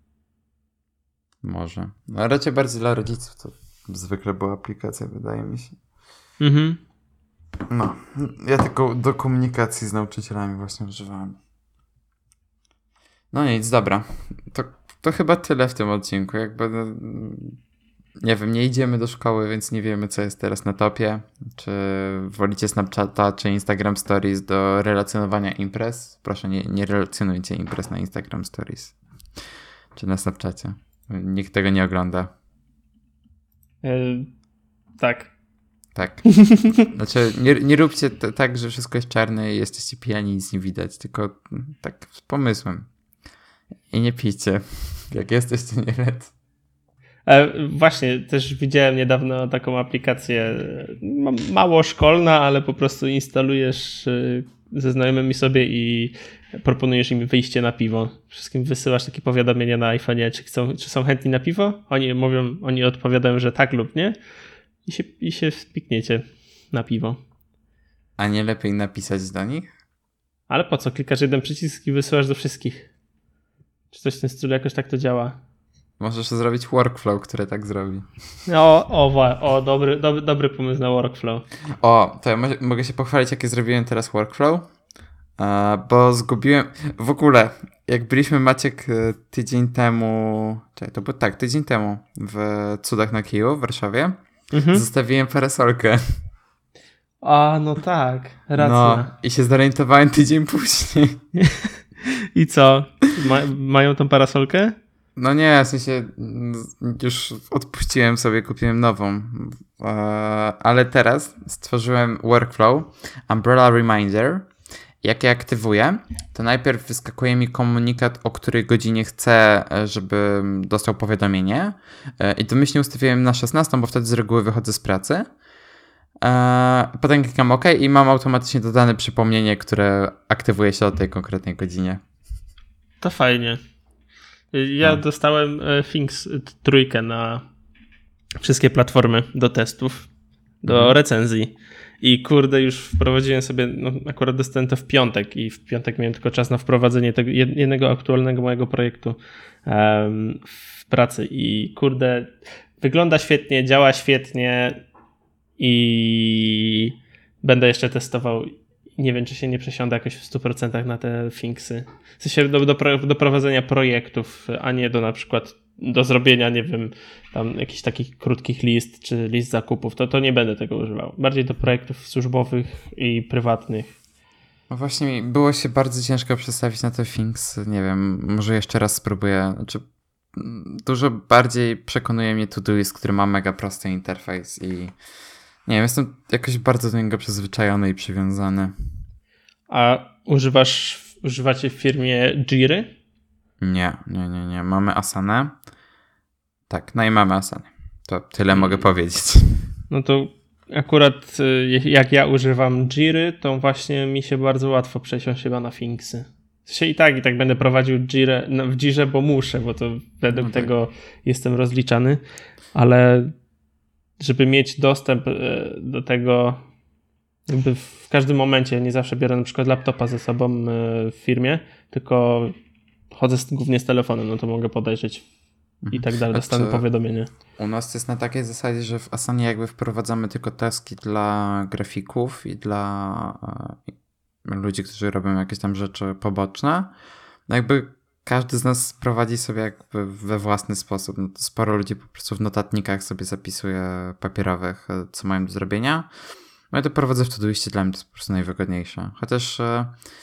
Może. No raczej bardziej dla rodziców to zwykle była aplikacja, wydaje mi się. Mhm. No. Ja tylko do komunikacji z nauczycielami właśnie używałem. No nic, dobra. To chyba tyle w tym odcinku. Jakby, nie wiem, nie idziemy do szkoły, więc nie wiemy, co jest teraz na topie. Czy wolicie Snapchata, czy Instagram Stories do relacjonowania imprez? Proszę, nie relacjonujcie imprez na Instagram Stories. Czy na Snapchacie. Nikt tego nie ogląda. Tak. Tak. Znaczy, nie róbcie tak, że wszystko jest czarne i jesteście pijani i nic nie widać, tylko tak z pomysłem. I nie pijcie, jak jesteście nieletni. Właśnie, też widziałem niedawno taką aplikację, mało szkolna, ale po prostu instalujesz ze znajomymi sobie i proponujesz im wyjście na piwo. Wszystkim wysyłasz takie powiadomienia na iPhone'ie, czy są chętni na piwo. Oni odpowiadają, że tak lub nie i się spikniecie na piwo. A nie lepiej napisać do nich? Ale po co? Klikasz jeden przycisk i wysyłasz do wszystkich. Czy coś w tym stylu jakoś tak to działa? Możesz zrobić workflow, który tak zrobi. Dobry pomysł na workflow. To ja mogę się pochwalić, jakie zrobiłem teraz workflow, bo zgubiłem, w ogóle, jak byliśmy, Maciek, tydzień temu, to było tydzień temu w Cudach na Kiju w Warszawie, zostawiłem parasolkę. No tak, racja. No i się zorientowałem tydzień później. I co? Mają tą parasolkę? No nie, w sensie już odpuściłem sobie, kupiłem nową, ale teraz stworzyłem workflow Umbrella Reminder. Jak je aktywuję, to najpierw wyskakuje mi komunikat, o której godzinie chcę, żeby dostał powiadomienie i domyślnie ustawiłem na 16, bo wtedy z reguły wychodzę z pracy. Potem klikam OK i mam automatycznie dodane przypomnienie, które aktywuje się o tej konkretnej godzinie. To fajnie. Ja dostałem Things 3 na wszystkie platformy do testów, do recenzji. I kurde, już wprowadziłem sobie, akurat dostałem to w piątek i w piątek miałem tylko czas na wprowadzenie tego jednego aktualnego mojego projektu w pracy i kurde, wygląda świetnie, działa świetnie i będę jeszcze testował. Nie wiem, czy się nie przesiądę jakoś w 100% na te Thingsy. W sensie do prowadzenia projektów, a nie do na przykład do zrobienia, nie wiem, tam jakichś takich krótkich list, czy list zakupów, to nie będę tego używał. Bardziej do projektów służbowych i prywatnych. No właśnie mi było się bardzo ciężko przestawić na te Things. Nie wiem, może jeszcze raz spróbuję. Znaczy, dużo bardziej przekonuje mnie Todoist, który ma mega prosty interfejs i nie wiem, jestem jakoś bardzo do niego przyzwyczajony i przywiązany. A używacie w firmie Jiry? Nie. Mamy Asanę. Tak, no i mamy Asanę. To tyle mogę powiedzieć. No to akurat jak ja używam Jiry, to właśnie mi się bardzo łatwo przesiąść chyba na Thingsy. W sensie i tak będę prowadził Jirę w Jirze, bo muszę, bo to według tego jestem rozliczany, ale żeby mieć dostęp do tego jakby w każdym momencie, nie zawsze biorę na przykład laptopa ze sobą w firmie, tylko chodzę głównie z telefonem, no to mogę podejrzeć i tak dalej, dostanę powiadomienie. U nas to jest na takiej zasadzie, że w Asanie jakby wprowadzamy tylko taski dla grafików i dla ludzi, którzy robią jakieś tam rzeczy poboczne. No jakby każdy z nas prowadzi sobie jakby we własny sposób. No to sporo ludzi po prostu w notatnikach sobie zapisuje papierowych, co mają do zrobienia. No ja to prowadzę w Todoistie, dla mnie to jest po prostu najwygodniejsze. Chociaż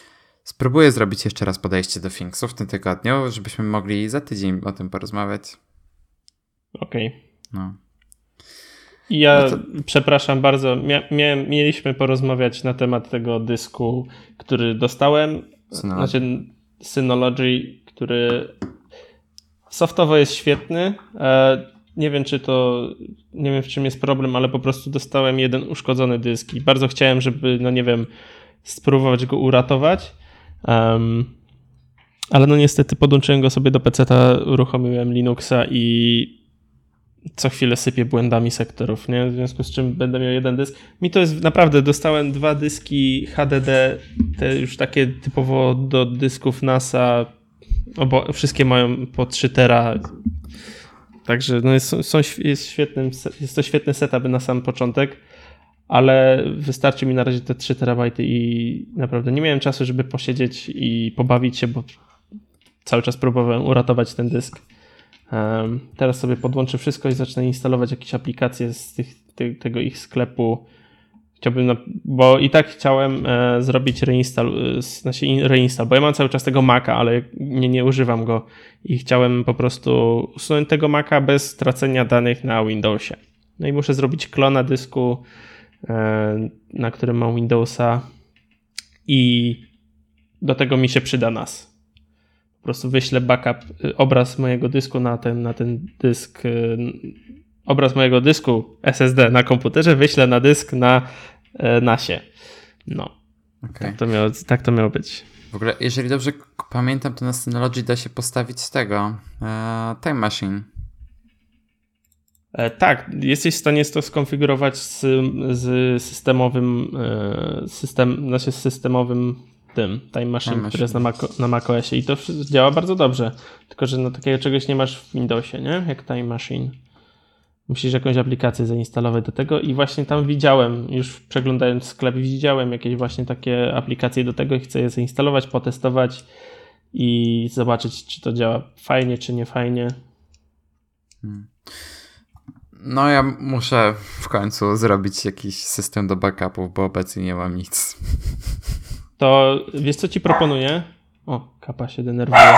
spróbuję zrobić jeszcze raz podejście do Thingsów w tym tygodniu, żebyśmy mogli za tydzień o tym porozmawiać. Okej. No. I ja przepraszam bardzo, mieliśmy porozmawiać na temat tego dysku, który dostałem, znaczy Synology, który softowo jest świetny. Nie wiem, nie wiem w czym jest problem, ale po prostu dostałem jeden uszkodzony dysk i bardzo chciałem, żeby, no nie wiem, spróbować go uratować. Ale no niestety podłączyłem go sobie do PC-ta, uruchomiłem Linuxa i co chwilę sypie błędami sektorów, nie? W związku z czym będę miał jeden dysk. Mi to jest naprawdę, dostałem 2 dyski HDD, te już takie typowo do dysków NASA, wszystkie mają po 3 tera. Także no jest to świetny setup na sam początek, ale wystarczy mi na razie te 3 terabajty i naprawdę nie miałem czasu, żeby posiedzieć i pobawić się, bo cały czas próbowałem uratować ten dysk. Teraz sobie podłączę wszystko i zacznę instalować jakieś aplikacje z tego ich sklepu. Chciałbym, bo i tak chciałem zrobić reinstall, bo ja mam cały czas tego Maca, ale nie używam go i chciałem po prostu usunąć tego Maca bez tracenia danych na Windowsie. No i muszę zrobić klona dysku, na którym mam Windowsa i do tego mi się przyda NAS. Po prostu wyślę backup, obraz mojego dysku na ten dysk, obraz mojego dysku SSD na komputerze wyślę na dysk na NASie. No. Okay. Tak to miało być. W ogóle, jeżeli dobrze pamiętam, to na Synology da się postawić z tego Time Machine. Tak, jesteś w stanie to skonfigurować z systemowym tym Time Machine, który jest na macOSie i to działa bardzo dobrze. Tylko że takiego czegoś nie masz w Windowsie, nie? Jak Time Machine. Musisz jakąś aplikację zainstalować do tego i właśnie tam widziałem, już przeglądając sklep, widziałem jakieś właśnie takie aplikacje do tego i chcę je zainstalować, potestować i zobaczyć, czy to działa fajnie, czy nie fajnie. No ja muszę w końcu zrobić jakiś system do backupów, bo obecnie nie mam nic. To wiesz, co ci proponuję? O, Kapa się denerwuje.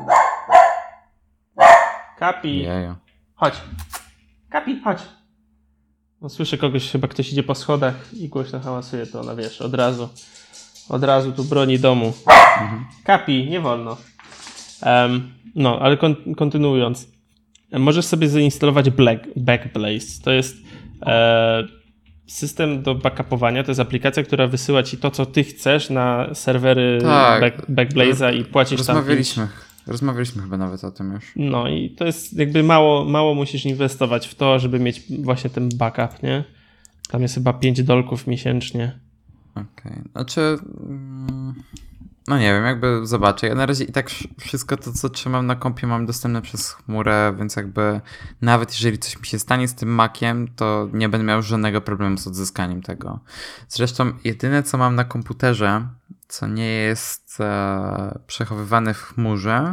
Kapi, Jeju. chodź. Kapi, chodź. No, słyszę kogoś, chyba ktoś idzie po schodach i głośno hałasuje, to ona wiesz, od razu tu broni domu. Kapi, nie wolno. No, ale kontynuując. Możesz sobie zainstalować Backblaze. To jest system do backupowania. To jest aplikacja, która wysyła ci to, co ty chcesz na serwery Backblaze'a i płacisz tam. Rozmawialiśmy chyba nawet o tym już. No i to jest jakby mało musisz inwestować w to, żeby mieć właśnie ten backup, nie? Tam jest chyba $5 miesięcznie. Okej. Znaczy... No nie wiem, jakby zobaczę. Ja na razie i tak wszystko to, co trzymam na kompie, mam dostępne przez chmurę, więc jakby nawet jeżeli coś mi się stanie z tym Maciem, to nie będę miał żadnego problemu z odzyskaniem tego. Zresztą jedyne, co mam na komputerze, co nie jest przechowywane w chmurze,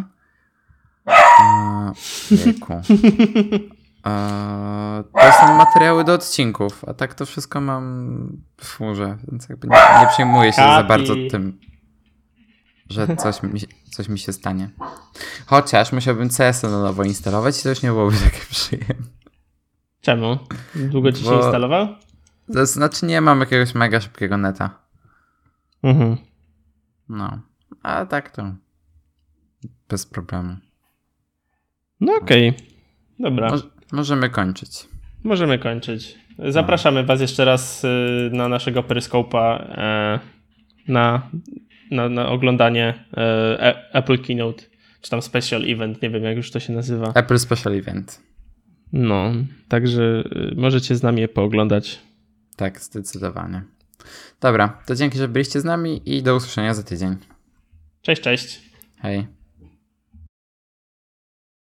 to są materiały do odcinków, a tak to wszystko mam w chmurze, więc jakby nie przejmuję się za bardzo tym, że coś mi się stanie. Chociaż musiałbym CS-a na nowo instalować i to już nie byłoby takie przyjemne. Czemu? Długo ci się instalował? To znaczy nie mam jakiegoś mega szybkiego neta. No, a tak to bez problemu. No okej. Dobra. Możemy kończyć. Możemy kończyć. Zapraszamy was jeszcze raz na naszego Periscope'a na oglądanie Apple Keynote, czy tam Special Event, nie wiem jak już to się nazywa. Apple Special Event. No, także możecie z nami pooglądać. Tak, zdecydowanie. Dobra, to dzięki, że byliście z nami i do usłyszenia za tydzień. Cześć. Hej.